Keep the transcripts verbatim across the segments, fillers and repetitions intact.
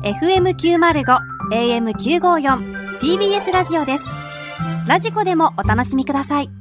エフエムきゅうまるご、エーエムきゅうごよん ティービーエス ラジオです。ラジコでもお楽しみください。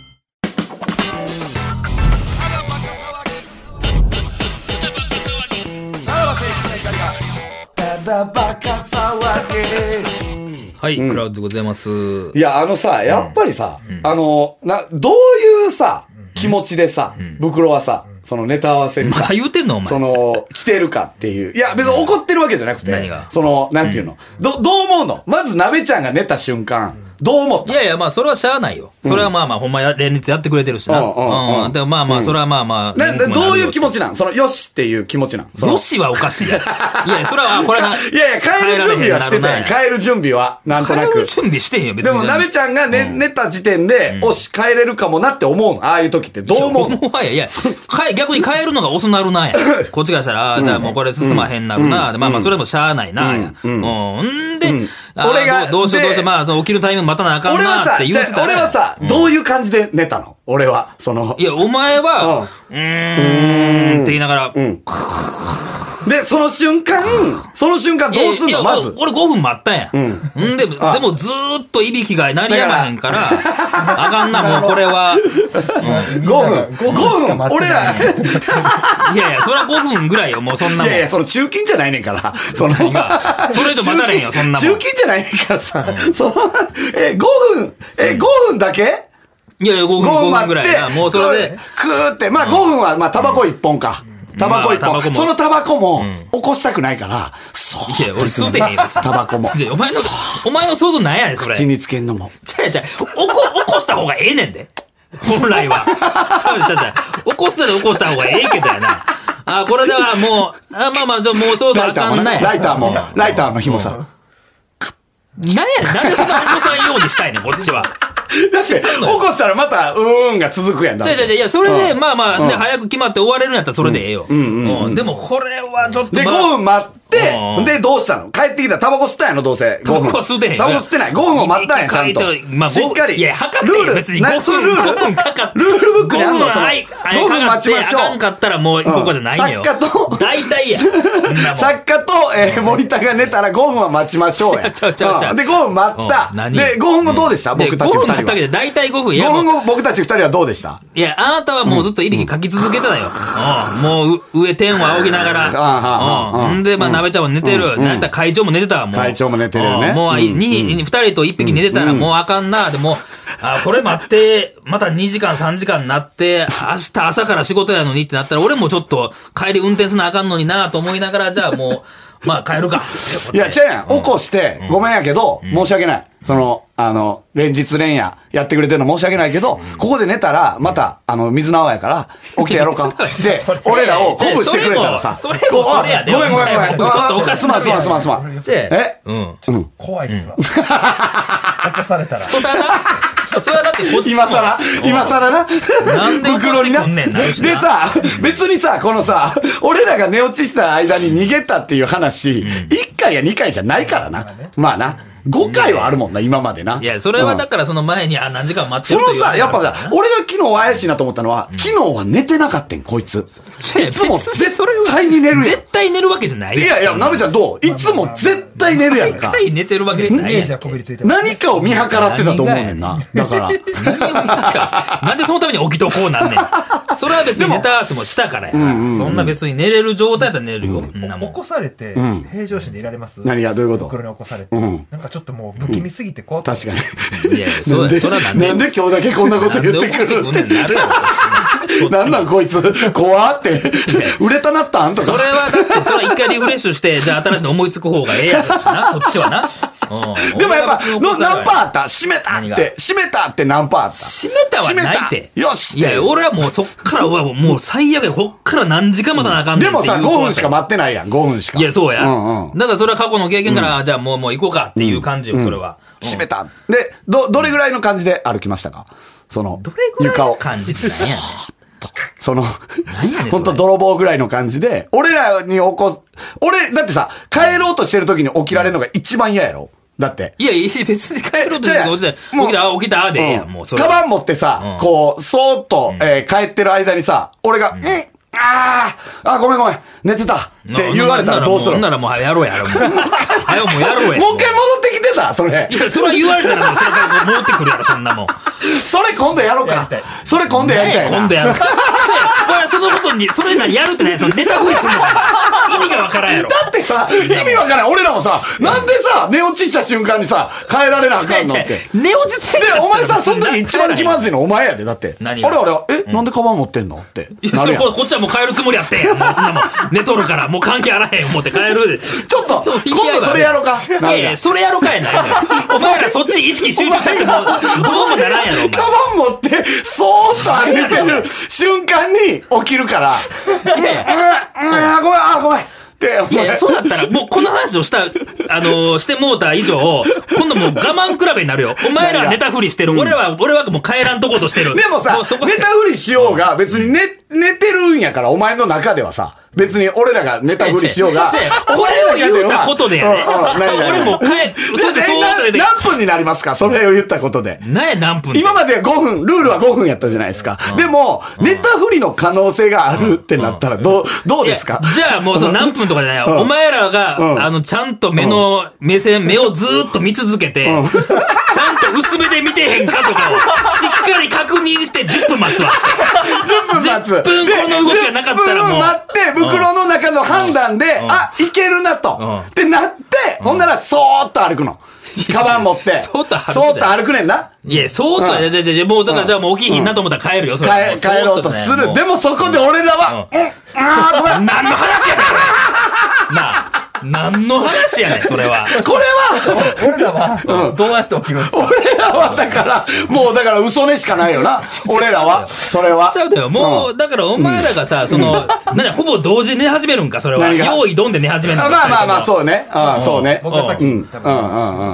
はい、うん、クラウドでございます。 いや、あのさ、やっぱりさ、うん、あの、な、どういうさ、気持ちでさ、うん、袋はさ、そのネタ合わせにさ、 また言うてんのお前。 その、来てるかっていう。いや、別に怒ってるわけじゃなくて、 何がその、なんていうの、うん、ど、どう思うの？まず、なべちゃんが寝た瞬間、どう思った？ いやいや、まあ、それはしゃあないよ。それはまあまあ、ほんまや、連日やってくれてるしな。うんうんうん。でもまあまあ、それはまあまあ。 な、どういう気持ちなん？その、よしっていう気持ちなん？ よしはおかしいや。いや、それは、これな。 いやいや、帰る準備はしてたやん。帰る準備は、なんとなく。 帰る準備してへんよ、別に。 でも、なべちゃんが寝、寝た時点で、おし、帰れるかもなって思うの？ああいう時ってどう思うの？ いやいや、逆に帰るのが遅なるなや。こっちがしたら、じゃあもうこれ進まへんなるな。まあまあ、それもしゃあないなや。うん。んで、俺が、どうしようどうしよう、まあ、起きるタイミング待たなあかんなって言うてた。 俺はさ、どういう感じで寝たの？俺は、その。 いや、お前は、うーんって言いながら、 で、その瞬間、その瞬間どうすんの？まず。 俺ごふん待ったんや。んで、でもずーっといびきが鳴りやまへんから、あかんな、もうこれは。 ごふん。ごふん。俺ら。いやいや、それはごふんぐらいよ、もうそんなもん。 いやいや、その中勤じゃないねんから。その、 それ以上待たれへんよ、そんなもん。 中勤じゃないねんからさ。その、え、ごふん、え、ごふんだけ？ いやいや、ごふん、ごふんぐらいな。もうそれで。 くーって、まあごふんは、まあタバコいっぽんか。タバコ一本。そのタバコも、起こしたくないから、そう。 いや、俺吸うてへんよ。 タバコも。 お前の、お前の想像なんやねん、それ。 口につけんのも。 ちゃうちゃう、起こ、起こした方がええねんで。本来は。ちゃうちゃうちゃう。起こしたら起こした方がええけどやな。あ、これではもう、あ、まあまあ、じゃもうそうそうあかんない。 ライターも、ライターの紐さ。 なんや、なんでそんな起こさんようにしたいねん、こっちは。 だって、起こしたらまた、うーんが続くやんだ。 違う違う違う、いや、それで、まあまあ、ね、早く決まって終われるんやったらそれでええよ。でも、これはちょっと。 で、ごふん待って、で、どうしたの？帰ってきたらタバコ吸ったんやろ、どうせ。 タバコは吸ってへん。 タバコ吸ってない。ごふんを待ったんや、ちゃんと。 まあ、 しっかり。 いや、測ってよ、別に。ごふん、ごふんかかって。 ルールブックにあんの？ ごふん、ごふん待ちましょう。あかんかったらもう、ここじゃないのよ。 作家と、 大体や。 作家と、え、森田が寝たらごふんは待ちましょうや。 ちゃうちゃうちゃう。 で、ごふん待った。で、ごふん後どうでした？僕たち二人は。ごふん待ったけど、 大体ごふんや。ごふん後、僕たち二人はどうでした？ いや、あなたはもうずっといびきかき続けてたよ。もう、上天を仰ぎながら。んで、まあ、なべちゃんも寝てる。なんだ会長も寝てたわ、もう。 会長も寝てるよね。 もう、に、二人と一匹寝てたらもうあかんな。でも、あ、これ待って、またにじかんさんじかんになって、明日朝から仕事やのにってなったら、俺もちょっと帰り運転せなあかんのになと思いながら、じゃあもう、まあ帰るか。 いや、違うやん。起こして、ごめんやけど、申し訳ない。その、あの、連日連夜やってくれてるの申し訳ないけど、ここで寝たら、また、あの、水縄やから、起きてやろうか。で、俺らを鼓舞してくれたらさ。 それもそれやで。 ごめんごめんごめん。ちょっとおかしすまんすまんすまんすまん。えうん。 怖いっすわ。起こされたら。 それはな、それはだってこっち今更今更ななんで袋になんねんな。 でさ、別にさ、このさ、俺らが寝落ちした間に逃げたっていう話、いっかいやにかいじゃないからな。まあな。ごかいはあるもんな、今までな。 いや、それはだからその前に、あ、何時間待ってるという。そのさ、やっぱさ、俺が昨日怪しいなと思ったのは、昨日は寝てなかったん、こいつ。いつも絶対に寝るやん。 絶対寝るわけじゃないいやいや、なべちゃんどう？いつも絶対寝るやんか。 絶対寝てるわけじゃないやん。 何かを見計らってたと思うねんな。だから。 なんでそのために起きとこうなんねん。それは別に寝た後もしたからや。そんな別に寝れる状態だったら寝るよ。 起こされて、平常心でいられます？ 何がどういうこと？ 袋に起こされて。なんかちょっともう不気味すぎて怖くて。 確かに。いやいや、そうや、それはなんで。 なんで今日だけこんなこと言ってくるって。なんなんこいつ、怖って。売れたなったんとか。 それはだって、それは一回リフレッシュして、じゃあ新しいの思いつく方がええやろしな、そっちはな。 でもやっぱ、の何パーあった？閉めたって。閉めたって何パーあった？ 閉めたはないって。 よし。 いや、俺はもうそっから、もう最悪や。こっから何時間待たなあかんねん。 でもさ、ごふんしか待ってないやん。ごふんしか。 いや、そうや。だからそれは過去の経験から、じゃあもう、もう行こうかっていう感じよ、それは。 閉めた。で、ど、どれぐらいの感じで歩きましたか？その、 どれぐらいの感じって何やねん。 その、ほんと泥棒ぐらいの感じで、俺らに起こす、俺、だってさ、帰ろうとしてる時に起きられるのが一番嫌やろ？だって。 いや、いや、別に帰ろうとしてる時に起きた、起きた、でええやん、もうそれ。 カバン持ってさ、こう、そーっと、え帰ってる間にさ、俺が、んあー、あ、ごめんごめん、寝てたって言われたらどうする？ ほんならもう、やろうやろう。はよ、もうやろうや。 もう一回戻ってきてたそれ。 いや、それは言われたらもう、それから戻ってくるやろ、そんなもん。 それ今度やろうか。それ今度やりたいな。 今度やろう。それ、そのことに、それなやるってね、そのネタフリするのかな。意味がわからんやろ。 だってさ、意味わからん。俺らもさ、なんでさ、寝落ちした瞬間にさ、変えられなあかんのって。 寝落ちせんで、お前さ、その時一番気まずいのお前やで、だって。 何あれあれ、え、なんでカバン持ってんのって。 いや、それこっちはもう帰るつもりやってんやん。もうそんなもん、寝とるから、もう関係あらへん思って帰る。 ちょっと、今度それやろうか。 いやいや、それやろうかやないのよ。お前らそっち意識集中させても、どうもならんやろ、お前。 カバン持って、そーっと歩いてる瞬間に起きるから。いやいや、あ、ごめん、あ、ごめん。 いやいや、そうだったら、もうこの話をした、あのー、してもうた以上、今度もう我慢比べになるよ。お前らは寝たふりしてる。俺は、俺はもう帰らんとことしてる。 でもさ、寝たふりしようが、別に寝、寝てるんやから、お前の中ではさ、別に俺らが寝たふりしようが。 これを言ったことでやね。俺も帰、それでそう何分になりますかそれを言ったことで。 何や何分今まではごふん、ルールはごふんやったじゃないですか。でも、寝たふりの可能性があるってなったら、どう、どうですか？ じゃあもうその何分とかじゃないよ。お前らが、あの、ちゃんと目の、目線、目をずーっと見続けて、ちゃんと薄めで見てへんかとかを、しっかり確認してじゅっぷん待つわ。 じゅっぷん待つ。 じゅっぷんこの動きがなかったらもう。 じゅっぷん待って、袋の中の判断で、あ、いけるなと。ってなって、ほんなら、そーっと歩くの。カバン持って。 そーっと歩く。 そーっと歩くねんな。 いや、そーっと、いやいやもう、だからじゃあもう起きひんなと思ったら帰るよ、それ。 帰ろうとする。でもそこで俺らは、うん、あー、ごめん。 何の話やねん、これ。なあ。何の話やねん、それは。 これは、 俺らは、どうやって起きるんですか？ 俺らは、だから、もうだから嘘ねしかないよな。俺らは。それは。 そうだよ。もう、だからお前らがさ、その、なんだ、ほぼ同時に寝始めるんか、それは。用意どんで寝始めるんか。 まあまあまあ、そうね。うん、そうね。 僕はさっき、うん、 うん、うん、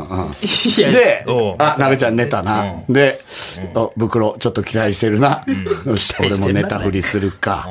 うん。で、あ、なべちゃん寝たな。で、お、袋、ちょっと期待してるな。よし、俺も寝たふりするか。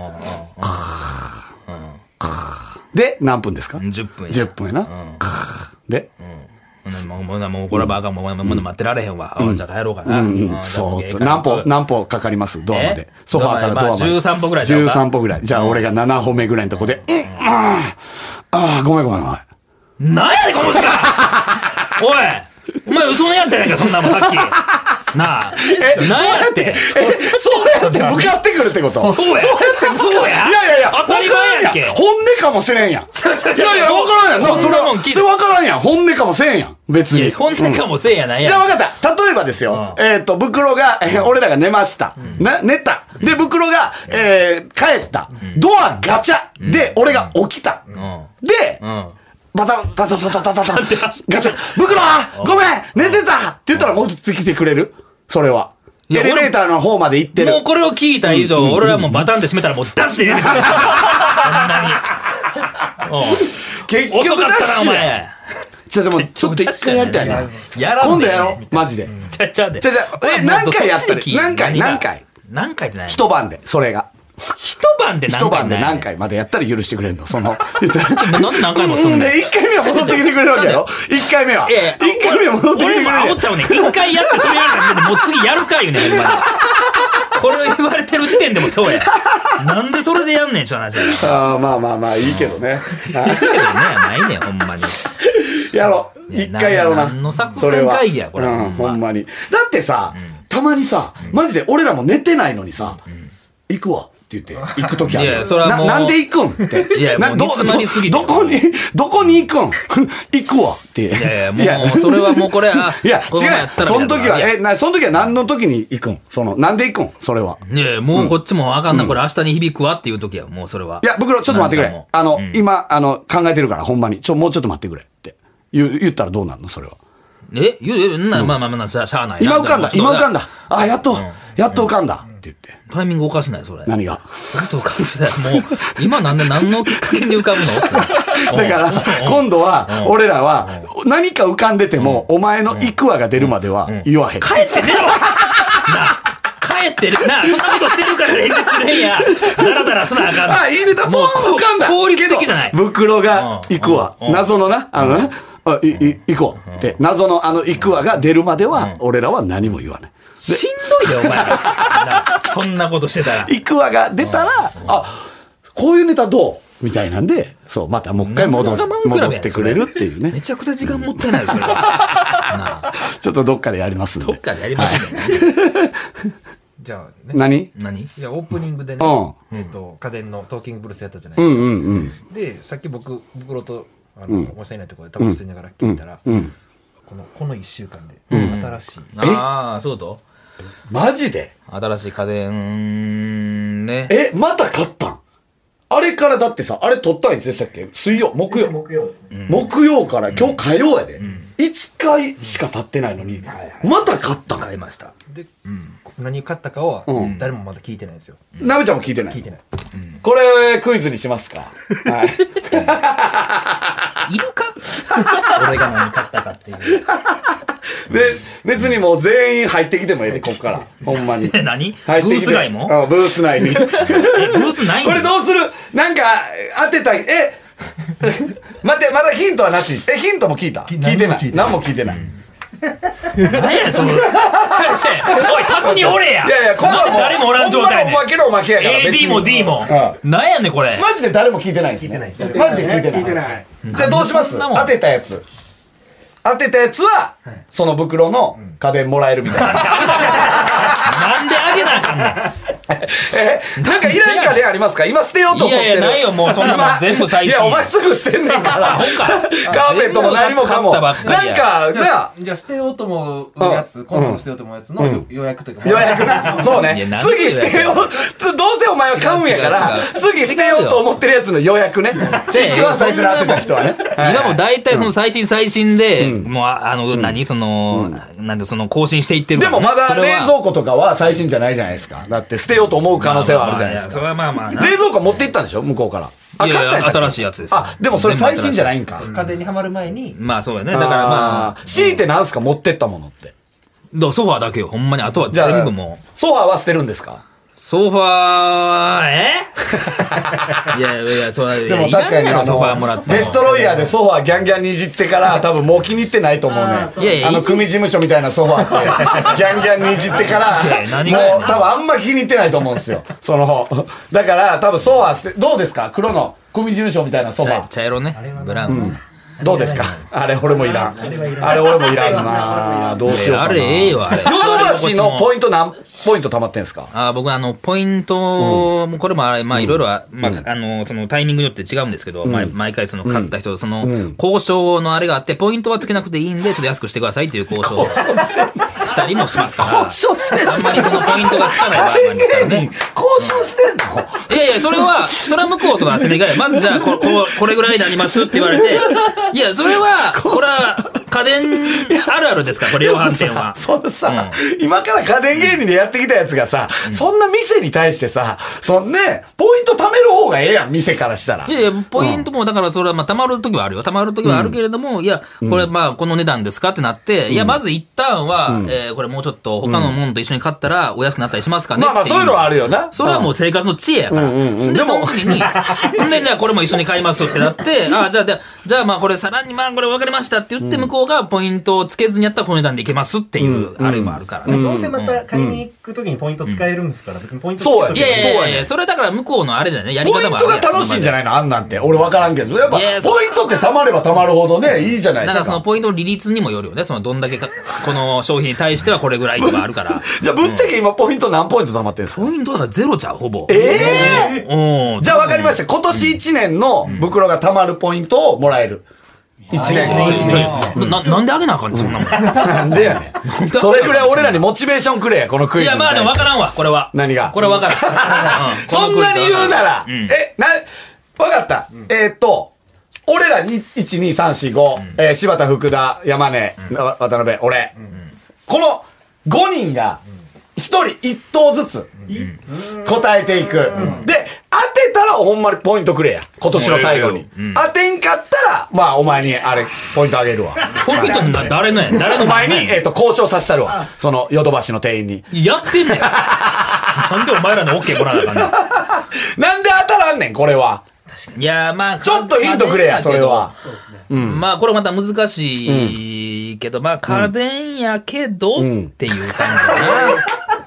で、何分ですか？ じゅっぷんや。 じゅっぷんやな。で、 もう、もう、もう、これはバカ、もう、まだ待ってられへんわ。じゃあ帰ろうかな。 そう。何歩、何歩かかりますドアまで。ソファーからドアまで。 じゅうさん歩ぐらいじゅうさん歩ぐらい。じゃあ俺がなな歩目ぐらいのとこで、うん、ああ、ごめんごめんごめん。 なんやねん、この時間おいお前嘘のやってないか、そんなもんさっき。なあ。 え、 なんやって。 え、そうやって向かってくるってこと？ そうや。 そうやってそうや。 いやいやいや、 当たり前やんけ。 本音かもしれんやん。いやいや、わからんやん。 そんなもん聞いて。 それわからんやん。本音かもせんやん。別に。 本音かもせんやないやん。 じゃあ分かった。例えばですよ。えっと、袋が、俺らが寝ました。な、寝た。で、袋が、えー、帰った。ドアガチャ。で、俺が起きた。で、バタン、タタタタタタタン。ガチャ。袋ごめん寝てたって言ったら戻ってきてくれる？それは。エレベーターの方まで行ってる。 もうこれを聞いた以上、俺はもうバタンって閉めたらもうダッシュで出てくる。こんなに。 結局遅かったな、お前。 ちょ、でも、ちょっと一回やりたいな。 やらんで。 今度やろう。マジで。 ちゃちゃで。 ちゃちゃ、え、何回やったら何回何回何回ってない一晩で、それが。 一晩で何回一晩で何回までやったら許してくれんのその。 なんで何回もすんの？ で、一回目は戻ってきてくれるわけよ。一回目は。一回目は戻ってきてくれる。 俺も煽っちゃうねん。一回やってそれやるからもう次やるか言うねん、ほんまに。これを言われてる時点でもそうや。なんでそれでやんねん、ちょ、話や。 ああ、まあまあまあ、いいけどね。 いいけどね、ないねん、ほんまに。 やろう。一回やろうな。 何の作戦会議や、これ。 うん、ほんまに。だってさ、たまにさ、マジで俺らも寝てないのにさ、行くわ。って言って、行くときある。 いや、それはもう。 なんで行くんって。 いや、もう煮詰まりすぎて。 どこに、どこに行くん行くわって。 いやいや、もう、それはもうこれは。 いや、違う。その時は、え、な、その時は何の時に行くんその、なんで行くんそれは。 いやいや、もうこっちもあかんな。これ明日に響くわっていう時は、もうそれは。 いや、袋、ちょっと待ってくれ。あの、今、あの、考えてるから、ほんまに。ちょ、もうちょっと待ってくれって。言、言ったらどうなんのそれは。 え言う、な、まあまあまあ、しゃあない。 今浮かんだ、今浮かんだ。あ、やっと、やっと浮かんだ。って言って。 タイミングおかしないそれ。 何がずっと浮かんでたよ。もう、今なんで何のきっかけに浮かぶのだから、今度は、俺らは、何か浮かんでても、お前の行くわが出るまでは言わへん。 帰って寝ろな帰ってるなそんなことしてるから連日するんや。だらだらすなあかん。 あ、いいネタ、ポン浮かんだ。 効率的じゃない。 袋が行くわ。謎のな、あのな、あ、い、い、行こう。って、謎のあの行くわが出るまでは、俺らは何も言わない。 しんどいよ、お前ら。そんなことしてたら。 行くわが出たら、あ、 こういうネタどうみたいなんで、そう、またもう一回戻す何の我慢比べや戻ってくれるっていうね。 めちゃくちゃ時間もったいないよ、それは。なあちょっとどっかでやりますんで。 どっかでやりますね。 じゃあね。 何何いや、オープニングでね、 うんえっと、家電のトーキングブルースやったじゃないですか。 うんうんうん。 で、さっき僕、袋と、あの、申し訳ないところでタバコ吸いながら聞いたら、 うん。 この、この一週間で、新しい、 ああ、そうとマジで新しい家電ね。 え、また買ったんあれからだってさ、あれ撮ったんいつでしたっけ水曜、木曜。 木曜ですね。 木曜から今日火曜やで。いつかしか経ってないのに、また買ったん買いました。 で、何買ったかはうん、 誰もまだ聞いてないんですよ。 なべちゃんも聞いてない聞いてない。 これ、クイズにしますかはい。 いるか俺が何買ったかっていう。 で、別にもう全員入ってきてもええで、こっから。ほんまに。 え、何ブ入ってきてース外もうん、ブース内に。 え、ブースないんこれどうするなんか、当てたい。え待って、まだヒントはなし。え、ヒントも聞いた聞いてない。何も聞いてない。 何やねん、その。ちゃうちゃうおい、宅におれや。 いやいや、こなんで誰もおらん状態ねん。 おまけのおまけやから。 エーディー も D も。 うなんやねん、これ。 マジで誰も聞いてないんですね。 聞いてマジで聞いてない。 聞いてない。 で、どうしますそんなもん当てたやつ。当てたやつは、その袋の家電もらえるみたいな。 なんであげなあかんねん。 え、なんかいらん家電ありますか今捨てようと思ってる。 いやいやないよもうそんなもん今全部最新いや、お前すぐ捨てんねんから。 ほんかカーペットも何もかも。 全部なん買ったばっかりやか、 じゃあな、 じゃあ捨てようと思うやつ、今度の捨てようと思うやつの予約というか、 予約ね。そうねいや。なんで次捨てよう。つどうせお前は買うんやから違う違う違、う次捨てようと思ってるやつの予約ね。一番最初に当てた人はね。 今も大体その最新最新で、もうああの、何その、なんでその更新していってるからねでもまだそれは冷蔵庫とかは最新じゃないじゃないですか。だって捨てようと思う可能性はあるじゃないですか。 それはまあまあな。 冷蔵庫持って行ったんでしょ向こうから。あ、 いやいや買ったんやったっけ新しいやつですよあ、でもそれ最新じゃないんか。 家電にはまる前に、 まあそうやね。だからまあ、 あ、強いてなんすか持ってったものって。 だからソファーだけよ。ほんまに。あとはじゃあ全部もう。 ソファーは捨てるんですかソファー、えいやいや、そうでも確かにあのソファーもらったのデストロイヤーでソファーギャンギャンにいじってから多分もう気に入ってないと思うねあーいやいやあの組事務所みたいなソファーってギャンギャンにいじってからいやいや何がやねんもう多分あんま気に入ってないと思うんですよそのだから多分ソファー捨てどうですか黒の組事務所みたいなソファ茶茶色ね。ブラウン。 どうですかあれ俺もいらんあれ俺もいらんなどうしようかなあれええよ、あれ。 ヨドバシのポイント何ポイント溜まってんすかあ僕あの、ポイント、もこれもあれ、まあいろいろは、まあ、あの、そのタイミングによって違うんですけど、まあ毎回その買った人とその、交渉のあれがあって、ポイントはつけなくていいんで、ちょっと安くしてくださいっていう交渉をしたりもしますから、 交渉してんのあんまりそのポイントがつかない場合もありますからね。 交渉してんのいやいや、それは、それは向こうとの汗願い。まずじゃあ、こ、こ、これぐらいになりますって言われて、いや、それは、これは、家電あるあるですから、これ量販店は。 そのさ、今から家電芸人でやってきたやつがさ、そんな店に対してさ、そんね、ポイント貯める方がええやん、店からしたら。 いやいや、ポイントも、だからそれは、まあ、貯まるときはあるよ。貯まるときはあるけれども、いや、これ、まあ、この値段ですかってなって、いや、まず一旦は、えーこれもうちょっと他のものと一緒に買ったら、お安くなったりしますかねまあまあ、 ってそういうのはあるよな。 それはもう生活の知恵やから。で、その時に、ほんで、じゃあこれも一緒に買いますってなって、あじゃあ、でじゃあまあこれさらにまあこれ分かりましたって言って、向こうがポイントをつけずにやったらこの値段でいけますっていう、あれもあるからね。 どうせまた買いに行くときにポイント使えるんですから、別にポイントそうやねいやいやいそうやねやいや、それだから向こうのあれだよね、やりポイン方もあるやん。 トが楽しいんじゃないのあんなんて。俺分からんけど。やっぱ、 いやいやそうポイントって貯まれば貯まるほどね、いいじゃないだからそのですか。 ポイントの利率にもよるよね。そのどんだけか、この商品に対してはこれぐらいとかあるから。 じゃあ、ぶっちゃけ今ポイント何ポイント貯まってんすかポイントだからゼロちゃう、ほぼ。 ええうん。 じゃあ分かりました。今年いちねんの袋が貯まるポイントをもらえる。いちねん。 な、なんであげなあかんねん、そんなもん。 なんでやねん。それぐらい俺らにモチベーションくれや、このクイズに対して。 いや、まあでも分からんわ、これは。 何がこれは分からん。うんそんなに言うなら、 んえ、な、わかった。えーっと、俺らにいち、に、さん、よん、ご、えー柴田、福田、山根、わ渡辺、俺。このごにんが、ひとりいっとうずつ答えていく。で、当てたらほんまにポイントくれや。今年の最後に。当てんかったら、まあお前にあれ、ポイントあげるわ。 ポイントな誰のやん誰のお前に、ええーっと、交渉させたるわ。その、ヨドバシの店員に。 やってんねん。なんでお前らの OK もらわなあかんねなんで当たらんねん、これは。 ん。いや、まあ。 ちょっとヒントくれや、それは。 まあ、これまた難しいけど、まあ、家電やけどっていう感じだな。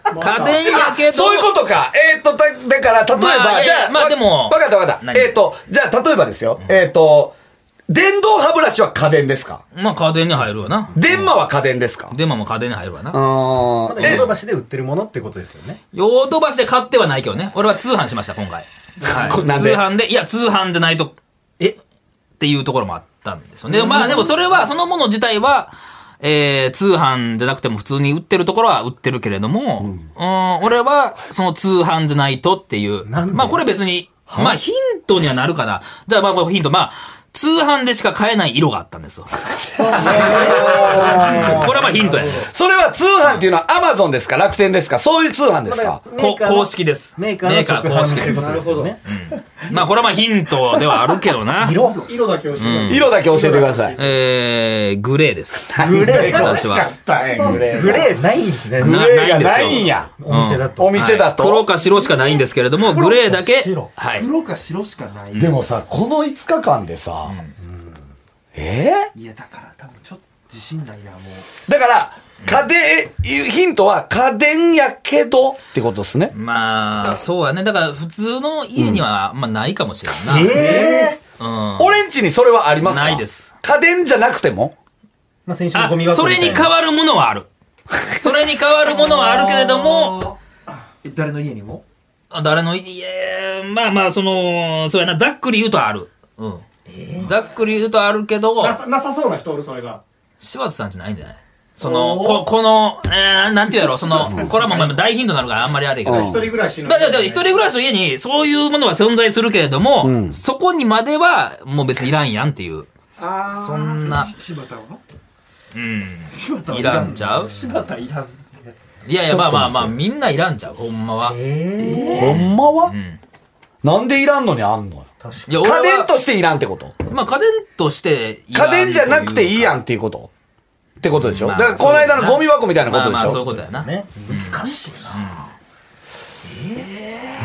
家電やけど。 そういうことか。えっと、だだから、例えば、 まあいやじゃあ、 まあでもわかったわかった。 何えっと、じゃあ、例えばですよ。えっと、電動歯ブラシは家電ですか？ まあ家電に入るわな。 電話は家電ですか？ 電話も家電に入るわな。 うーん。えまだヨドバシで売ってるものってことですよね。 ヨドバシで買ってはないけどね。俺は通販しました、今回。はい。通こなんで販で、いや、通販じゃないと、えっていうところもあったんですよね。まあでもそれは、そのもの自体は、えー、通販じゃなくても普通に売ってるところは売ってるけれども、うん、俺はその通販じゃないとっていう。まあこれ別に、まあヒントにはなるかな。じゃあまあこれヒント、まあ、通販でしか買えない色があったんですよ。これはまあヒントやね。 それは通販っていうのはアマゾンですか楽天ですかそういう通販ですかこ公式です。 メーカーの公式です。 なるほどね。 うん、まあこれはまあヒントではあるけどな。 色色だけ教えて、うん、 色だけ教えてください。 えー、グレーです。 グレーが私は。 グレー。グレーないんですね。 グレーがないんや。 お店だと。 お店だと。 黒か白しかないんですけれども、グレーだけ。 はい。黒か白しかない。 でもさ、このいつかかんでさ、えー、いやだから多分ちょっと自信ないなもう。 だから家電ヒントは家電やけどってことですね。 まあそうやね。だから普通の家にはまあないかもしれんな。 ええー、うん。俺んちにそれはありますか？ ないです。 家電じゃなくても。 まあ先週のゴミ箱それに変わるものはある。それに変わるものはあるけれども、 誰の家にも？ 誰の家まあまあそのそうやなざっくり言うとある。うん。えー、ざっくり言うとあるけどなさ、なさそうな人おる、それが。 柴田さんじゃないんじゃないその、こ、この、えー、なんていうやろ、その、これはもう大ヒントになるからあんまりあれやけど。 一人暮らしの。 だから一人暮らしの家にそういうものは存在するけれども、うん、そこにまではもう別にいらんやんっていう。 あそんな。 柴田はうん。柴田はいらんちゃう柴田いらんやつ。 いやいや、まあまあまあ、みんないらんちゃう、ほんまは。 えー、ほんまは、うん、なんでいらんのにあんのよ。いや家電としていらんってことまあ家電としていらん。家電じゃなくていいやんっていうことってことでしょ、まあ、だからこの間のゴミ箱みたいなことでしょ、まあ、まあそういうことやな。ね、 難しいな、 うん、えー、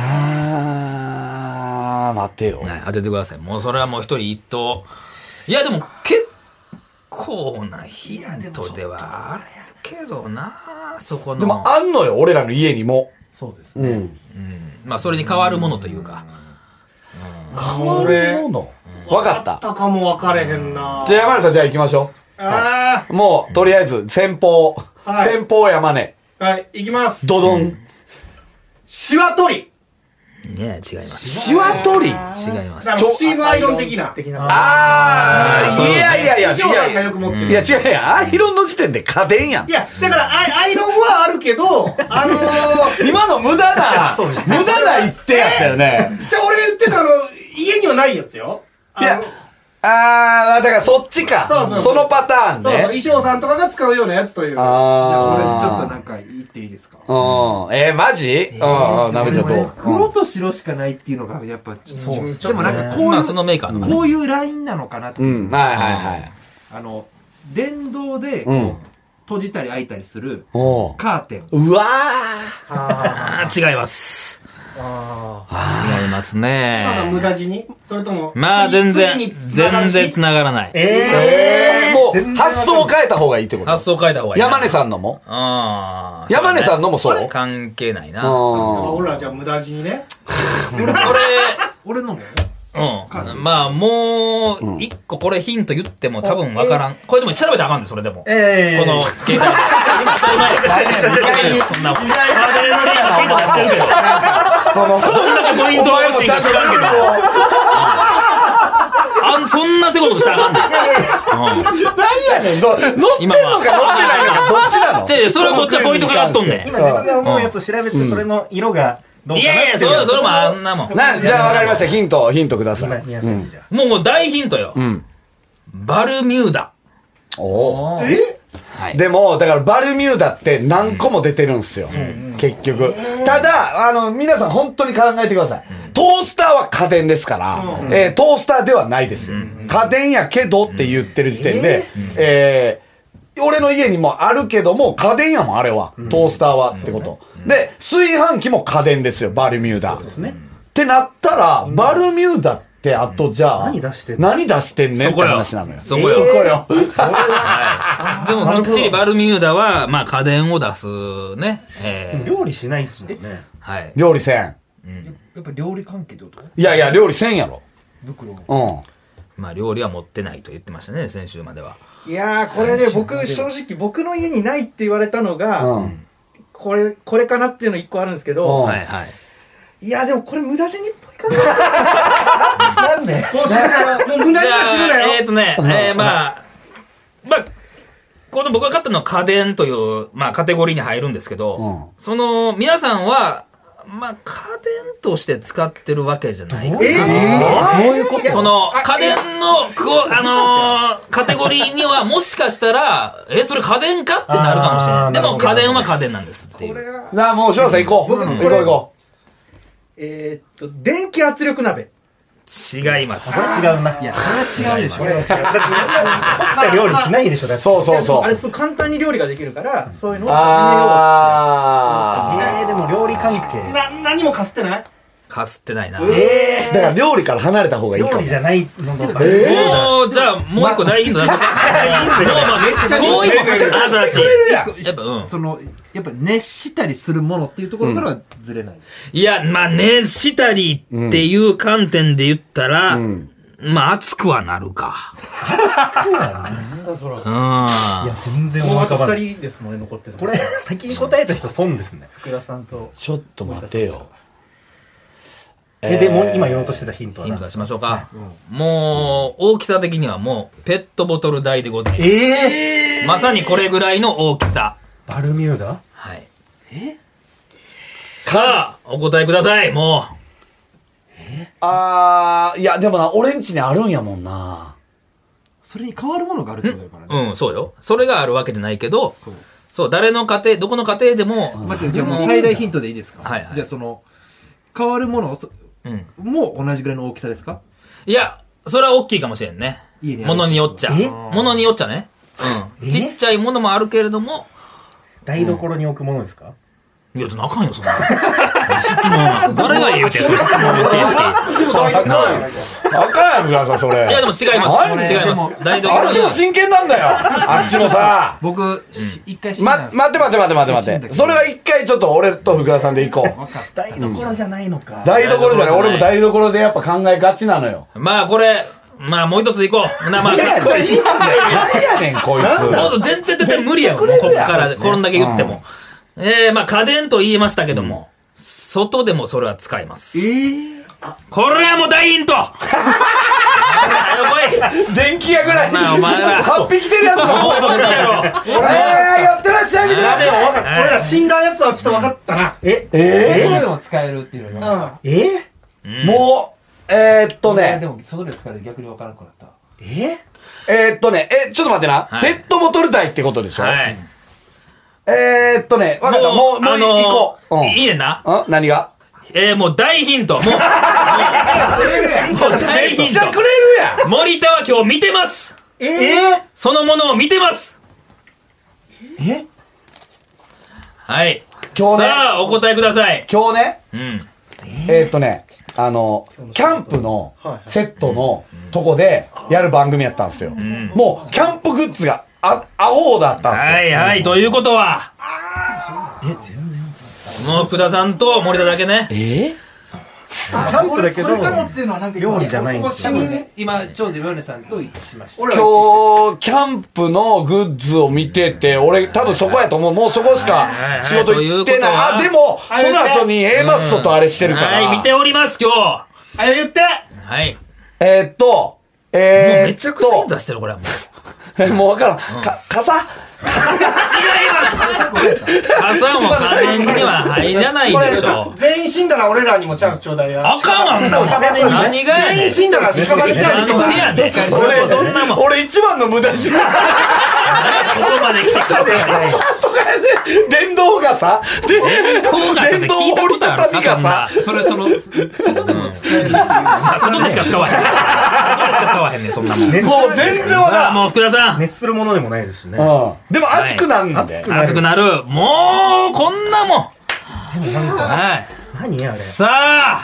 あー待てよ、 はい、当ててください。もうそれはもう一人一答。いやでも結構なヒントではあるけどなそこの。 でもあんのよ俺らの家にも。 そうですね、うんうん、 まあそれに変わるものというか、 変わるもの分かった。 たかも分かれへんな。 じゃあ山根さんじゃあ行きましょう。あ、はい、もうとりあえず先方、はい、先方山根。 はい行きます。 ドドン。 シワ取り。 ねえ違います。 シワ取り。違います。 スチームアイロン的な。 ああいやいやいやいやいやよく持ってる。 いや違うやんアイロンの時点で家電やん。 いやだからアイロンはあるけどあのー、 今の無駄な無駄な言ってやったよね。 じゃあ俺言ってたあの家にはないやつよ。 いやああだからそっちか。そうそうそうそのパターンね。そうそう衣装さんとかが使うようなやつという。 ああ俺ちょっとなんか言っていいですか。 うんえー、マジ？えー、うんなめちゃと黒と白しかないっていうのがやっぱそうでもなんかこういう、 まあ、そのメーカーの、ね、 こういうラインなのかなっていう、 うん、はいはいはいあの電動で、うん、閉じたり開いたりするカーテン。 うわーあー違います。ああ違いますね。 まだ無駄死にそれともまあ全然全然繋がらない。 ええー、もう発想を変えた方がいいってこと。 発想を変えた方がいい。 山根さんのも。 ああ山根さんのもそう。 関係ないな。 俺らじゃあ無駄死にね。 俺俺のも。 うん。まあ、もう、一個これヒント言っても多分わからん。これでも調べたらあかんで、それでも。えー、この、携帯で。当たり前や。そんな、ハードルのヒント出してるけど。その、どんだけポイントが欲しいか知らんけど。あん、そんなせこいことしたらあかんねん。 何やねん、乗ってんのか乗ってないのか、どっちなの？ 違う、それはこっちはポイントかかっとんねん。 今自分が思うやつを調べて、それの色が、 いやいや、それ、それもあんなもん。 な、じゃあ分かりました。ヒント、ヒントください。 うん、もう、もう大ヒントよ。うん、バルミューダ。 おー。えはい、でも、だからバルミューダって何個も出てるんですよ。うん、結局。ただ、あの、皆さん本当に考えてください。トースターは家電ですから、うん、えー、トースターではないですよ。うん、家電やけどって言ってる時点で、うん、えー、俺の家にもあるけども、家電やもん、あれは。トースターはってこと。で、炊飯器も家電ですよ、バルミューダ。そうですね。ってなったら、バルミューダっで、あとじゃあ、 何出してんの何出してんねんって話なのよ。 そこよ。 そこよ。 はい。でも、きっちりバルミューダは、まあ、家電を出すね。えー、 料理しないっすもんね。 はい。 料理せん。 やっぱ料理関係ってこと？ いやいや、料理せんやろ。 袋。 うん。 まあ、料理は持ってないと言ってましたね、先週までは。 いやー、これね、僕、正直、僕の家にないって言われたのが、 うん。 これ、これかなっていうの一個あるんですけうんど、 はいはい。 いやー、でもこれ無駄死にっぽいかな。なんでもう死ぬなよ。もう無駄死には死ぬなよ。 えっとね、えー、まあ、まあ、この僕が買ったのは家電という、まあ、カテゴリーに入るんですけど、 うん、 その、皆さんは、まあ、家電として使ってるわけじゃないかな。 えー、 どういうこと？ その、家電の、くおあのー、カテゴリーにはもしかしたら、え、それ家電かってなるかもしれない。でも家電は家電なんですっていう。 なあ、もう翔さん行こう。 僕行これこう行こえーっと、電気圧力鍋。 違います。 違うな。いや、それは違うでしょ。だって料理しないでしょ、だっう。 て。 そうそうそう。 あれ、そう簡単に料理ができるから、そういうのをあえー、でも料理関係。 な、何もかすってない？ かすってないな。 えー。だから料理から離れた方がいいかも。 料理じゃないのの。 えもう、じゃあ、もう一個大ヒント出して。もう、まあ、めっちゃもう一個、あざち。やっぱ、うん。 その、やっぱ熱したりするものっていうところからはずれない。 いや、まあ、熱したりっていう観点で言ったら、まあ、熱くはなるか。 熱くはなんだそれ。うん。いや、全然もうあとわかんない。 二人ですもんね、残ってるの。 これ、先に答えた人損ですね。 福田さんと。 ちょっと待てよ。 え、でも今言おうとしてたヒントはヒント出しましょうか。もう、大きさ的にはもう、ペットボトル大でございます。 えまさにこれぐらいの大きさ。 バルミューダ？ はい。えさあ、お答えください、もう。 あー、いや、でもな、俺んちにあるんやもんな。 それに変わるものがあるってことだからね。 うん、そうよ。それがあるわけじゃないけど、そう、そう誰の家庭、どこの家庭でも、 待って、じゃあもう最大ヒントでいいですか？ はいはい。 じゃあその、変わるもの、 うん、 もう同じぐらいの大きさですか？ いや、それは大きいかもしれんね。ものによっちゃ。ものによっちゃね。うん。ちっちゃいものもあるけれども。 台所に置くものですか？ いや、あかんよ、そんな。質問。誰が言うて、その質問形式。 でも大丈夫。 あかんやん、福田さん、それ。 いや、でも違います。違います。台所あっちも真剣なんだよ。あっちもさ。 僕、一回ま、待って待って待って待って待って。それは一回ちょっと俺と福田さんで行こう。 台所じゃないのか。 台所じゃない。俺も台所でやっぱ考えがちなのよ。 まあ、これ、まあ、もう一つ行こう。な、まあ、 いや、これいいっすね。何やねん、こいつ。 もう全然絶対無理やもん、もうこっから、こんだけ言っても。えー、まあ、家電と言いましたけども、外でもそれは使えます。 えー、 これはもう大ヒント電気屋ぐらい。 なあ、お前ら。 はっぴきてるやつも。 もう欲しいやろ。 えー、やってらっしゃい、見てらっしゃい。 俺ら死んだやつはちょっと分かったな。 ええ外でも使えるっていうのが。 えー、もう、えーっとね。 でも、外で使える逆に分からなくなった。 ええーっとね、え、ちょっと待ってな。ペットボトル台ってことでしょ？ はい。 えーっとね、わかった。もう、もう行こう。 いいねんな。 ん何が？ えー、もう大ヒント。もう、もう大ヒント。 めっちゃくれるやん。 森田は今日見てます。 えー、 そのものを見てます。 えはい。 今日ね。 さあ、お答えください。 今日ね。 うん。 えーっとね、あの、キャンプのセットのとこでやる番組やったんですよ。もう、キャンプグッズがあ、アホだったんですよ。 はいはい、ということは。え、全然。もう福田さんと森田だけね。 えーキャンプだけど、料理じゃないんですよ。 今、ちょうどヨネさんと一致しました。 今日、キャンプのグッズを見てて、俺多分そこやと思う。もうそこしか仕事行ってない。あ、でも、その後に A マッソとあれしてるから。 はい、見ております、今日。 あ、言ってはい。 えーっと、えーっと。 もうめちゃくちゃヒント出してる、これはもう。 もうわからん。か、傘違います傘も家電には入らないでしょ。 全員死んだら俺らにもチャンスちょうだいや。 あかんわ、何が全員死んだら屍チャンスちょうだいやで。 俺、そんなもん。俺一番の無駄死に。 ここまで来てください。 電動傘電動傘って聞いたことあるか、 それその、外でも使える。 外でしか使わへん。外でしか使わへんねん、そんなもん。もう全然わからん。 もう福田さん。 熱するものでもないですしね。 でも熱くなんだよ。 熱くなる。もう、こんなもん。 でもなんか、 はい。 何あれ。 さあ、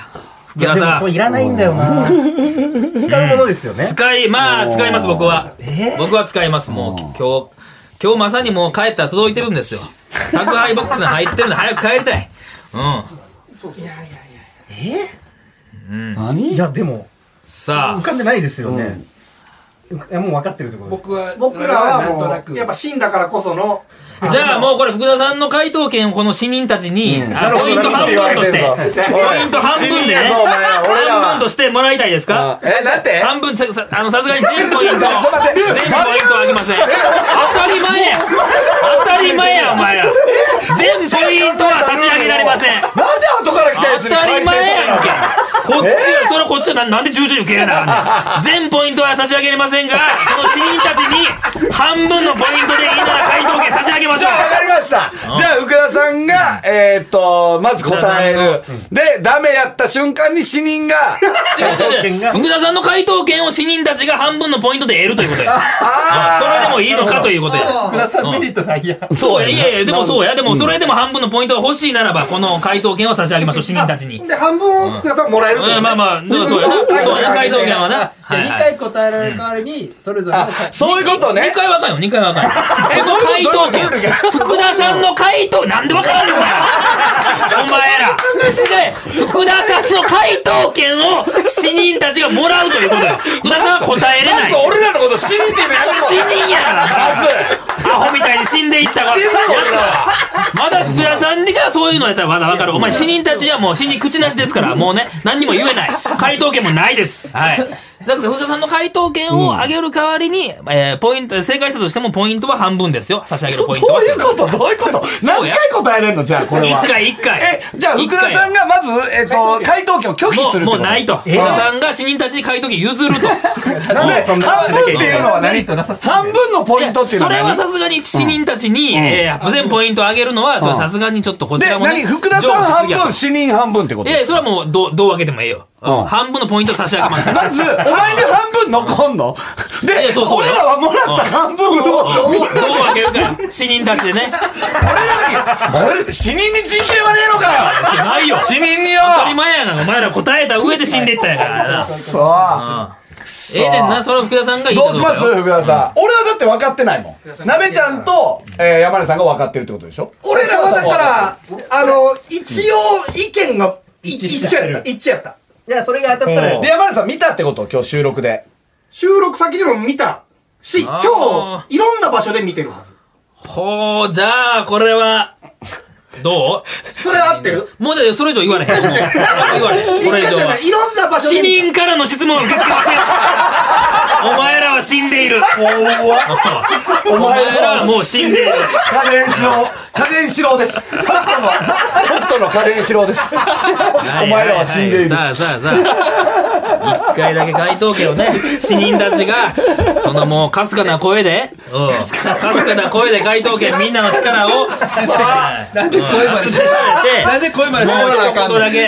福田さん。 いらないんだよな。使うものですよね。 使い、まあ、使います、僕は。僕は使います、もう、今日。今日まさにもう帰ったら届いてるんですよ。宅配ボックスに入ってるんで早く帰りたい。うん。いやいやいや。 えうん。何？ いや、でも、 さあ。 浮かんでないですよね。いや、もう分かってるってことです。 僕は、 僕らはもう、やっぱ死んだからこその、 じゃあもうこれ福田さんの回答権をこの死人たちに、あポイント半分として、ポイント半分でね、半分としてもらいたいですか？ え、なんて？ 半分、さ、あの、さすがに全ポイント、全ポイントあげません。当たり前や当たり前や、お前ら。全ポイントは差し上げられません。 なんで後から来たやつに当たり前やんけ。こっちは、それこっちはなんで従順に受け入れなあかんねん。全ポイントは差し上げれませんが、その死人たちに半分のポイントでいいなら回答権差し上げましょう。 じゃあ分かりました。じゃあ福田さんが、えーっと、まず答える。で、ダメやった瞬間に死人が、 違う違う違う。福田さんの回答権を死人たちが半分のポイントで得るということや。それでもいいのかということや。 福田さんメリットないや。 そうや。いやいや、でもそうや。でもそれでも半分のポイントが欲しいならば、この回答権を差し上げましょう、死人たちに。 で、半分を福田さんもらえると。 まあまあ、でもそうやな。そうやな、回答権はな。 にかい答えられる代わりに、それぞれの。 そういうことね。 にかいわかんよ、にかいわかんよ。この回答権、福田さんの回答、なんでわからんのお前ら。お前ら。違う、福田さんの回答権を死人たちがもらうということよ。福田さんは答えれない。 まず俺らのこと死人って言うのやめろ。 死人やから、まず。アホみたいに死んでいったから。まだ福田さんがそういうのやったらまだわかる。お前死人たちはもう死人口なしですから、もうね、何にも言えない。回答権もないです。はい。だから福田さんの回答権を上げる代わりに、うん、えー、ポイント、正解したとしてもポイントは半分ですよ。差し上げるポイントは。 どういうことどういうこと何回答えれるのじゃあこれは。 一回一回。 え、じゃあ福田さんがまず、えっと、回答権を拒否するってこともう、もうないと。福田さんが死人たちに回答権譲ると。 なんで、半分っていうのは何半分のポイントっていうのは何？ それはさすがに死人たちに、うん、えー、全ポイント上げるのは、それさすがにちょっとこちらもね。 で、何福田さん半分、死人半分ってこと？ ええ、それはもう、どう、どう分けてもええよ。うん、半分のポイント差し上げますから。 まず、お前に半分残んので、そうそう俺らはもらった半分を、どう分けるかよ。死人たちでね。 俺らに、俺、死人に人権はねえのかよ。 ないよ。 死人によ。 当たり前やな。お前ら答えた上で死んでいったんやからな。 そう。 ええねんな、それを福田さんがいいどうします福田さん。俺はだって分かってないもん。なべちゃんと、えー、山根さんが分かってるってことでしょ？ 俺らはだから、あの、一応意見が一致やった。一致やった。 じゃあそれが当たったら。 で、山根さん見たってこと今日収録で。 収録先でも見たし、今日、いろんな場所で見てるはず。 ほー、じゃあ、これは、どう？ それ合ってる？ もうだよ、それ以上言われへん。言われへん。これ以上は。 いろんな場所で。 死人からの質問を受け付けません。お前らは死んでいる。お前らはもう死んでいる。 家電四郎。家電四郎です。北斗の、北斗の家電四郎です。お前らは死んでいる。 さあさあさあ。一回だけ回答権をね、死人たちが、そのもう、かすかな声で、うん。かすかな声で回答権、みんなの力を、 なんで声まで、なんで声までもう一言だけ。なんでこいつが勝ったか、当てれないだ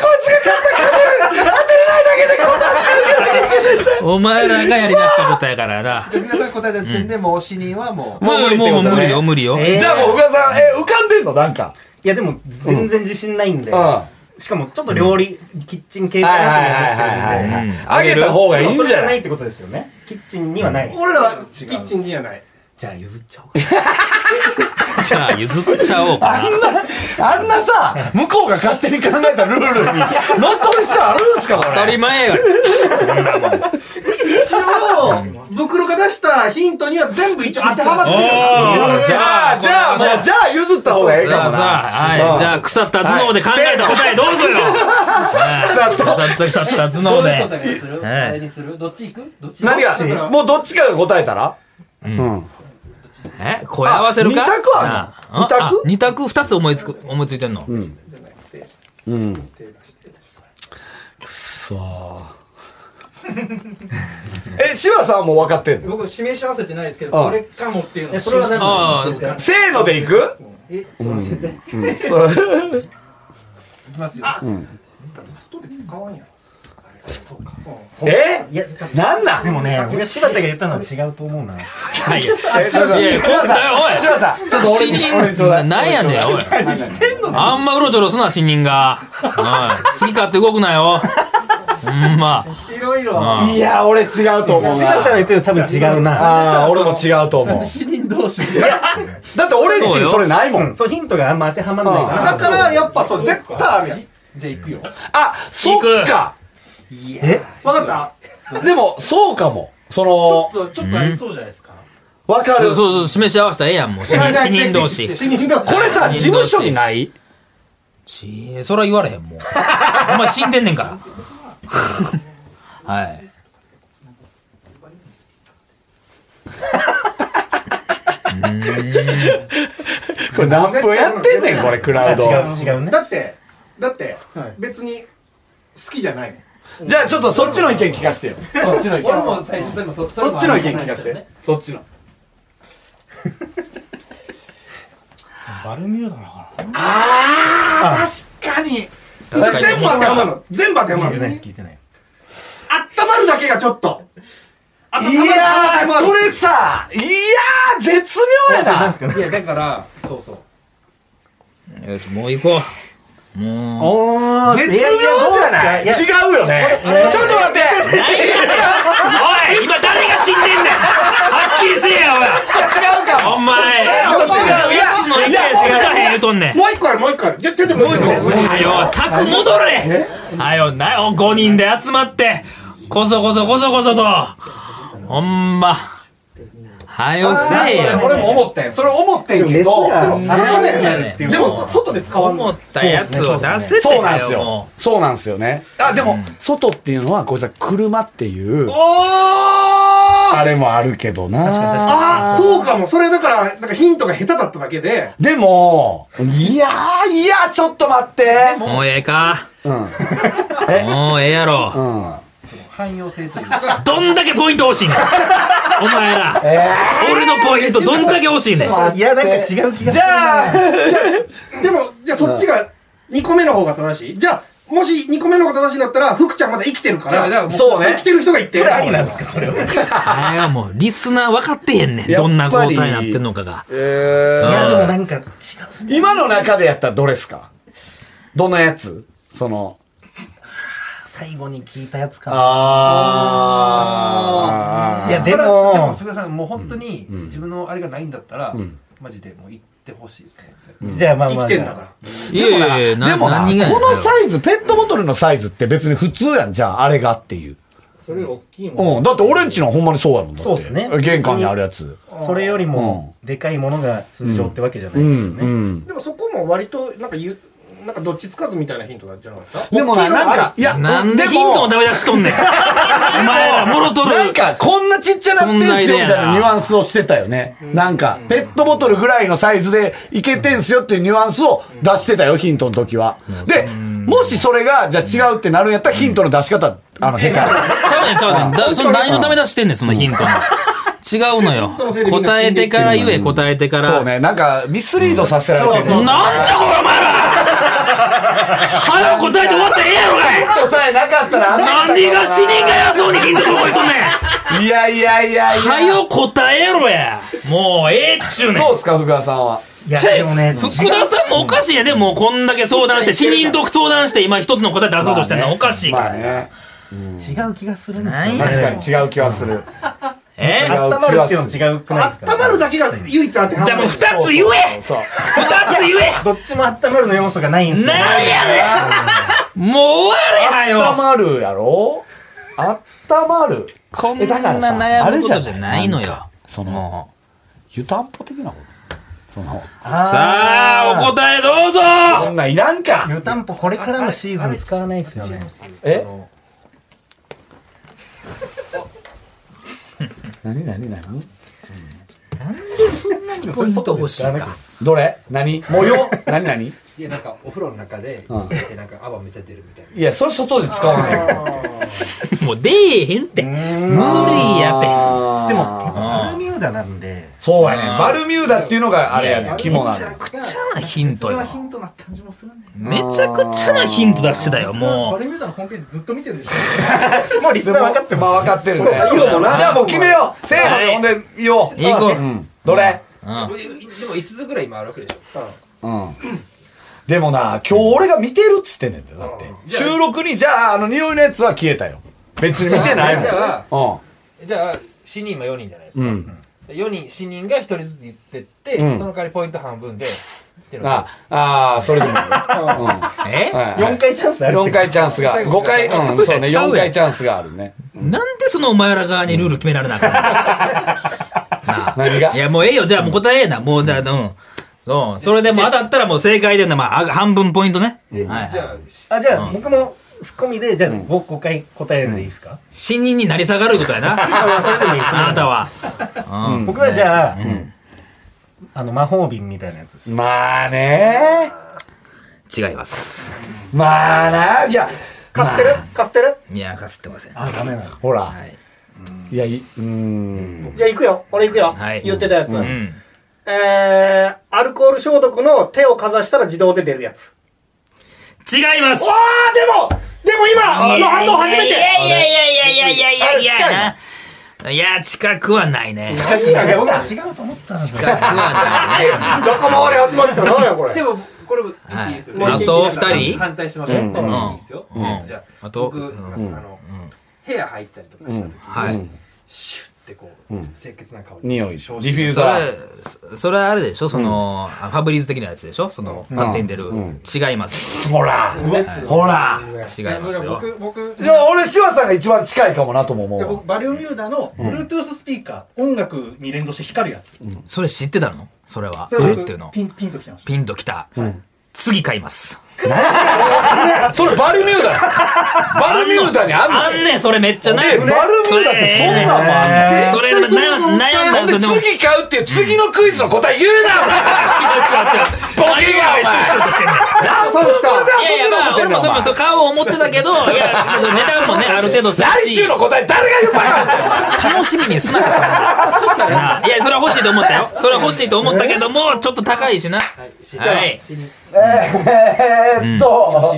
けでこんなお前らがやりだしたことやからな。 皆さん答えた時点でもう死人はもう。 もう無理もう無理よ、無理よ。 じゃあもう福田さん、え、浮かんでんのなんか。 いやでも、全然自信ないんで。しかもちょっと料理、キッチン系かなと思ってるんで。 あげた方がいいんじゃない？ それじゃないってことですよね。キッチンにはない。 俺らはキッチンにはない。 じゃあ譲っちゃおう。 じゃあ譲っちゃおうかな。 あんな、あんなさ、向こうが勝手に考えたルールに、乗っ取る必要あるんすかこれ。 当たり前や。そんなもん。 一応、袋が出したヒントには全部一応当てはまってる。 じゃあ、じゃあ、もう、じゃあ譲った方がいいかもな。 さあ、はい。じゃあ、腐った頭脳で考えた答えどうぞよ。腐った、腐った頭脳で。 どっち行く？どっち？ 何が？もうどっちかが答えたら？うん。 え声合わせるか？ 二択あるの？二択？ 二択二つ思いつく、思いついてんの？うん。 うん。くそー。え、柴さんはもう分かってんの？ 僕示し合わせてないですけど、これかもっていうのは。 それは何ですか？ せーのでいく？ え、そうですね。 いきますよ。 あ、外で使わんやろ。 えいや、 なんなんでもね、俺柴田が言ったのは違うと思うな。 はい。いえちょっとやいや、こうだよ、おい。 柴田さんちょっと俺に俺にちょうだいなんやねん、おい。あんまうろちょろすな、死人が。おい。好き勝手動くなよ。ほんま。 いろいろ。 いや俺違うと思うな柴田が言ってるの多分違うな。 ああ俺も違うと思う死人同士で。 だって俺んちにそれないもんそう、ヒントがあんま当てはまんないから。 だからやっぱそう、絶対あるやん。じゃあ行くよ。 あそっかえわかったでもそうかもそのちょっと、ちょっとありそうじゃないですか。 わかるそうそうそう、示し合わせたらええやん、もう。死人死人同士。 死人同士。 これさ事務所にないちそら言われへん、もう。お前死んでんねんから。はい。 これ何分やってんねんこれクラウド違う、違うね。 だって、だって、別に好きじゃないもん。 じゃあちょっとそっちの意見聞かせてよそっちの意見俺も最初、それもそそっちの意見聞かせてそっちのバルミューダだから。 あー確かに確かに全部当てはまるの。全部当てはまるの。 聞いてないです、聞いてないです。 あったまるだけがちょっと。あったいまるや可能性もあるーそれさいやー絶妙やななんですかね。 いや、だから、そうそう。 よし、もう行こう。もう。 おー、 絶妙じゃないいや違うよねちょっと待って何やねんおい今誰が死んでんねんはっきりせえや、おい違うかもお前ちょっと違うやつの意見しか聞かへん言うとんねん。 もう一個ある、もう一個ある。じゃ、ちょっともう一個。 はよ、タク戻れはよ、なよ、ごにんで集まって、こそこそこそこそと。ほんま。はよせえよ。 俺も思ってんそれ思ってんけどあれはね、 ででも、外で使わんの。 思ったやつを出せてそうなんですよもそうなんですよねあでも外っていうのはこれさ車っていうおーあれもあるけどなあー、そうかも。それだから、なんかヒントが下手だっただけで。 でもいやーいやちょっと待ってう、もうええか。 うんもうええやろ。 うん汎用性というか、 どんだけポイント欲しいねん。お前ら。俺のポイントどんだけ欲しいねん。 いや、なんか違う気がする。 じゃあでも、じゃあそっちがにこめの方が正しい。じゃあ、もしにこめの方が正しいんだったら、福ちゃんまだ生きてるから、 そうね生きてる人が言ってる。 ありなんですか、それは。 あれはもう、リスナー分かってへんねん。どんな答えになってんのかが。 いや、でもなんか違う。 今の中でやったらどれっすかどんなやつその最後に聞いたやつかあな。いや、ででも、 も、 菅さん、もう本当に自分のあれがないんだったら、マジでもう行ってほしいですね。 じゃあまあまあ。 生きてんだから。 いやいやいや、なでもな何がやこのサイズペットボトルのサイズって別に普通やんじゃああれがっていうそれより大きいもん。 うんだって俺んちのほんまにそうやもんだってそうっすね玄関にあるやつそれよりも、でかいものが通常ってわけじゃなういですよんうね。 んでもそこも割と、なんか言う、なんかどっちつかずみたいなヒントなんじゃなかったでもななんかいやなんでもヒントをダメ出しとんねん。お前ら、もろとる。 なんかこんなちっちゃなってんすよみたいなニュアンスをしてたよねなんかペットボトルぐらいのサイズでいけてんすよっていうニュアンスを出してたよヒントの時はでもしそれがじゃあ違うってなるんやったらヒントの出し方あの下手ちゃうねんちゃうねん。だその何のダメ出してんねん、そのヒントの。違うのよ。答えてから言え、答えてから。 そうねなんかミスリードさせられてるなんじゃこれお前ら早く答えて終わったらええやろがいヒントさえなかったら何が死人が偉そうにヒント覚えとんねんいやいやいやいや早く答えろやもうええっちゅうねんどうすか福田さんはいや、でもね、 福田さんもおかしいやで、もうこんだけ相談して、死人と相談して、今一つの答え出そうとしてんのおかしいから。 まあね違う気がするんですよ。 なんや確かに違う気はするえ違う温まるっていうの違うくないですか。 温まるだけが唯一当てはまる。 じゃあもう二つ言えそう二つ言えどっちも温まるの要素がないんですよ。 なんやねんもう終われはよあったまるやろあったまるこんえだからさな悩むことじゃあないのよるじゃん。そのも湯たんぽ的なことそのうさあ、お答えどうぞそんなんいらんか湯たんぽこれからのシーズン使わないですよね。 え何何何なんでそんなにポイント欲しいか。 どれ何模様何何いいや、なんかお風呂の中で、 うん入れてなんか泡めっちゃ出るみたいな。 やそれ外で使わないよもう出えへんって。無理やって。 あーでも、バルミューダなんで、 そうやねバルミューダっていうのがあれやね肝なのめちゃくちゃなヒントよ。 ヒントな感じもするね。 めちゃくちゃなヒント出してたよ、もう。 バルミューダのホームページずっと見てるでしょ。 もうリスナー分かってまあ分かってるね。 色もなじゃあもう決めよう。せーのでほんで言おう。 行こう。 どれ？ でもいつつぐらい今あるわけでしょ。 うん。でもな、今日俺が見てるっつってんねんて、だって。収録に、じゃあ、あの、匂いのやつは消えたよ。別に見てないもん。 じゃあ、 じゃあ、死人はよにんじゃないですか。よにん、死人がひとりずつ言ってって、その代わりポイント半分で、 ああ、それでもいい。 えよんかいチャンスある。 よんかいチャンスが。ごかい、うん、そうね、よんかいチャンスがあるね。 なんでそのお前ら側にルール決められなあかんの？ 何が？ いや、もうええよ。じゃあもう答ええな。もう、だ、うん。そう。それでも当たったらもう正解でんな。まあ、半分ポイントね。はい。 じゃあ、あ、じゃあ、僕も、含みで、じゃあ、僕ごかい答えるでいいですか？ 死人になり下がることやな。 あ、それでもいいです。 あなたは。 僕はじゃあ、あの、魔法瓶みたいなやつ。 まあね違います。 まあな、いや、 かすってるかすってるいや、かすってません。 あ、ダメなの。 ほら。いや、い、うーん。 じゃあ行くよ。俺行くよ。 はい言ってたやつ。 うん。 えー、アルコール消毒の手をかざしたら自動で出るやつ。 違いますあー、でもでも今の反応初めていやいやいやいやいやいやいやいや近いいや、近くはないね。 近くは僕は違うと思ったんですよ。 近くはないね。 仲間割れ集まってたなやこれ。 でも、これ、言っていいですよ。 あと二人反対してましょう。 うんいいですよ。じゃあ、 あと僕、あの、部屋入ったりとかした時はいに、シュッてこう、清潔な香り。 匂い、デ消ィフューそザー。 れ、それはあれでしょその、ファブリーズ的なやつでしょその、勝手に出る。違います。 ほら、ほら。 違いますよ。 僕、僕、 いや、俺、柴さんが一番近いかもなとも思うわ。 僕、バルミューダの Bluetooth スピーカー、音楽に連動して光るやつ。 それ知ってたのそれは。 それ僕売るっていうの。 ピン、ピンときてました。 ピンときた。次買います。 それバルミューダやバルミューダにあんのあんねん、それめっちゃない。 えバルミューダってそんなんもあんのそれ、な悩んだんですよ。でも、違う違う違う。 次買うっていう次のクイズの答え言うなボケがお前しようとしてんねん。 あ、そうですか。 いやいや、まあ、俺もそうそう買おう思ってたけど、いや、ネタもね、ある程度する来週の答え誰が言うバカ楽しみにすなかさ。なあいや、それは欲しいと思ったよ。それは欲しいと思ったけども、ちょっと高いしな。はい。 えーっと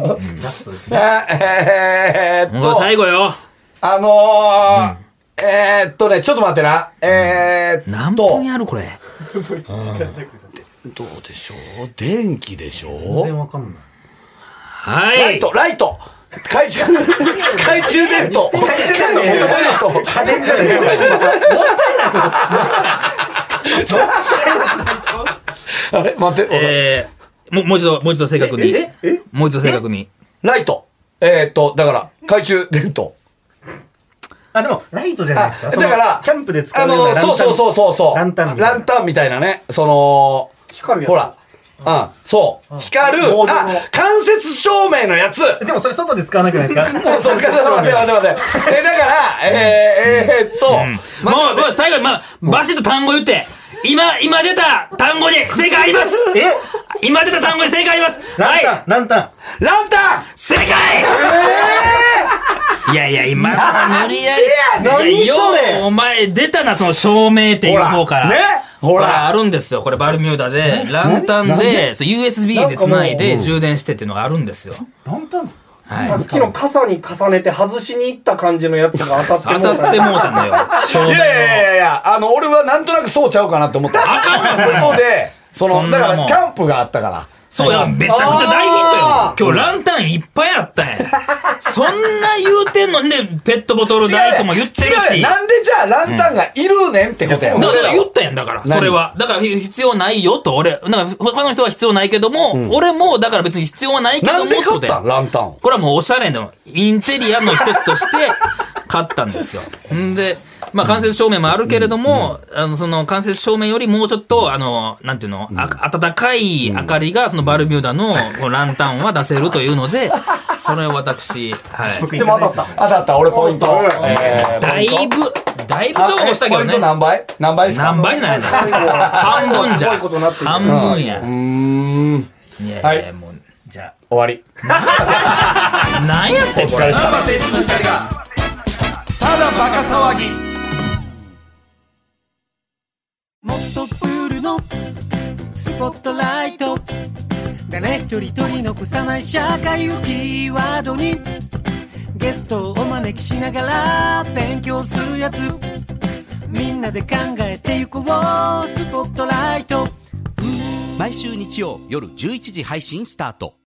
えーっもうと最後よ。 あのーえーっとねちょっと待ってなえーっと何分やるこれ。 どうでしょう電気でしょ全然わかんない。 はい。 ライトライト懐中懐中電灯懐中電灯家電じゃねえもったいないことあれ待ってえー、もう、もう一度、もう一度正確に。もう一度正確に。 ライトえーっとだから懐中電灯あ、でも、ライトじゃないですか。 だからキャンプで使あうようなのそうそうそうそうそうランタンみたいなランタンみたいなねその光るやつ。 ほらうんそう光るボードのあ間接照明のやつでもそれ外で使わなくないですか？ もうそっか、待って待って待って。え、だから、えー、えーっと、 もう、もう最後に、まあ、バシッと単語言って。今、今出た単語に正解あります。 え今出た単語に正解あります。 ランタン、 はい。 ランタン。 ランタン正解いやいや、今、無理やり。 何それようお前、出たな、その照明っていう方から。 ねほこれらあるんですよ。これバルミューダで、ランタンで、そう ユーエスビー で繋いで充電してっていうのがあるんですよ。 ランタンはい。 さっきの傘に重ねて外しに行った感じのやつが当たっても当たってもうたのよ。照明の。 いやいやいやいや、あの、俺はなんとなくそうちゃうかなって思った。 あかんわそこで、その、 そんなもんだから、キャンプがあったから。 そうや、めちゃくちゃ大ヒットよ。今日ランタンいっぱいあったんや。そんな言うてんのにね、ペットボトル代とも言ってるし。 違うやんなんでじゃあランタンがいるねんってことやん。 だから俺らは言ったやん、だから。それは。だから必要ないよと、俺。だから他の人は必要ないけども、俺も、だから別に必要はないけども、 なんで買ったんとランタンを。 これはもうおしゃれのインテリアの一つとして買ったんですよ。んで、まあ間接照明もあるけれども、あの、その間接照明よりもうちょっと、あの、なんていうの、あ暖かい明かりが、そのバルミューダのこのランタンは出せるというので、それを私、はい。 でも当たった。 当たった、俺ポイント。えーだいぶ、だいぶ重宝したけどねポイント。何倍何倍ですか何倍じゃないの半分じゃ。 すごいことになってる半分や。 うーん。 いやいや、 はいもう、じゃ終わり。 あ、なんやってんこれ。 さらば青春の光が、ただバカ騒ぎ。 もっとプールのスポットライト誰一人取り残さない社会をキーワードにゲストをお招きしながら勉強するやつみんなで考えてゆこうスポットライト毎週日曜夜じゅういちじ配信スタート。